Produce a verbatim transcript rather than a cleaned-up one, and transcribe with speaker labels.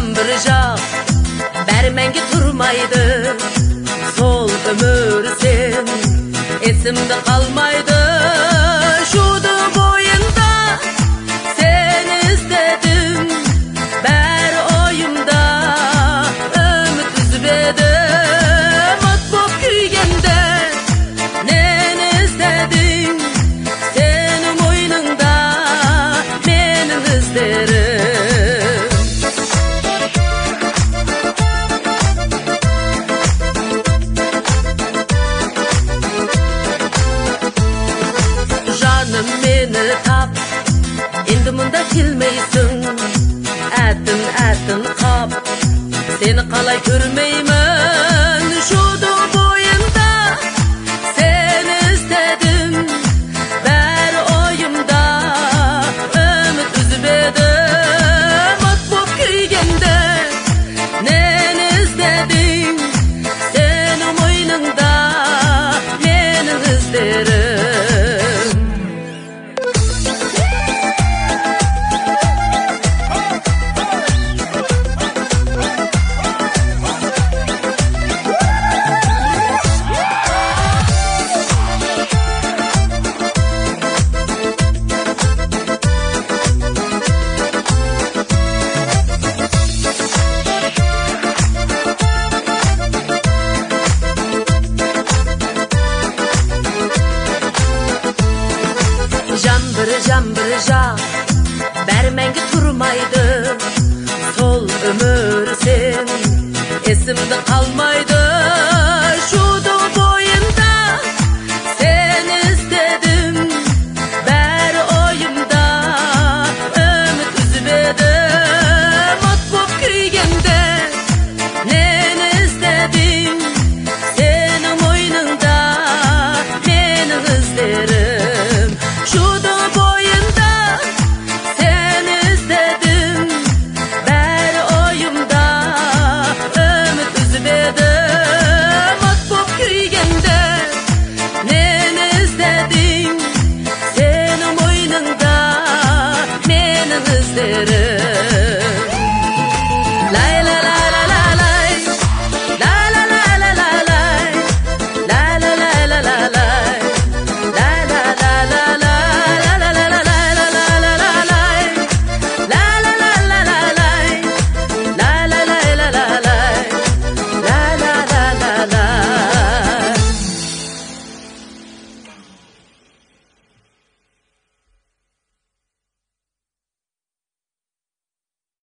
Speaker 1: bir jaq bermengi turmaydı. Sol ömür sen esimde kalmaydı. Şudu boyunda seni istedim, ber oyumda ümit üzbedim. Matbop küygende neni istedim, senin moynunda menin izlerim. Canım beni tap, endi munda kelmeysin. Atin atin qap, seni qalay ko'rmayman. Şudu boyunda seni istedim, ber oyumda ümit üzbedim. Matbop küygende neni istedim, senin moynunda menin izlerim. Jambir jambir jaq bermengi turmaydı. Sol ömür sen esimde kalmaydı.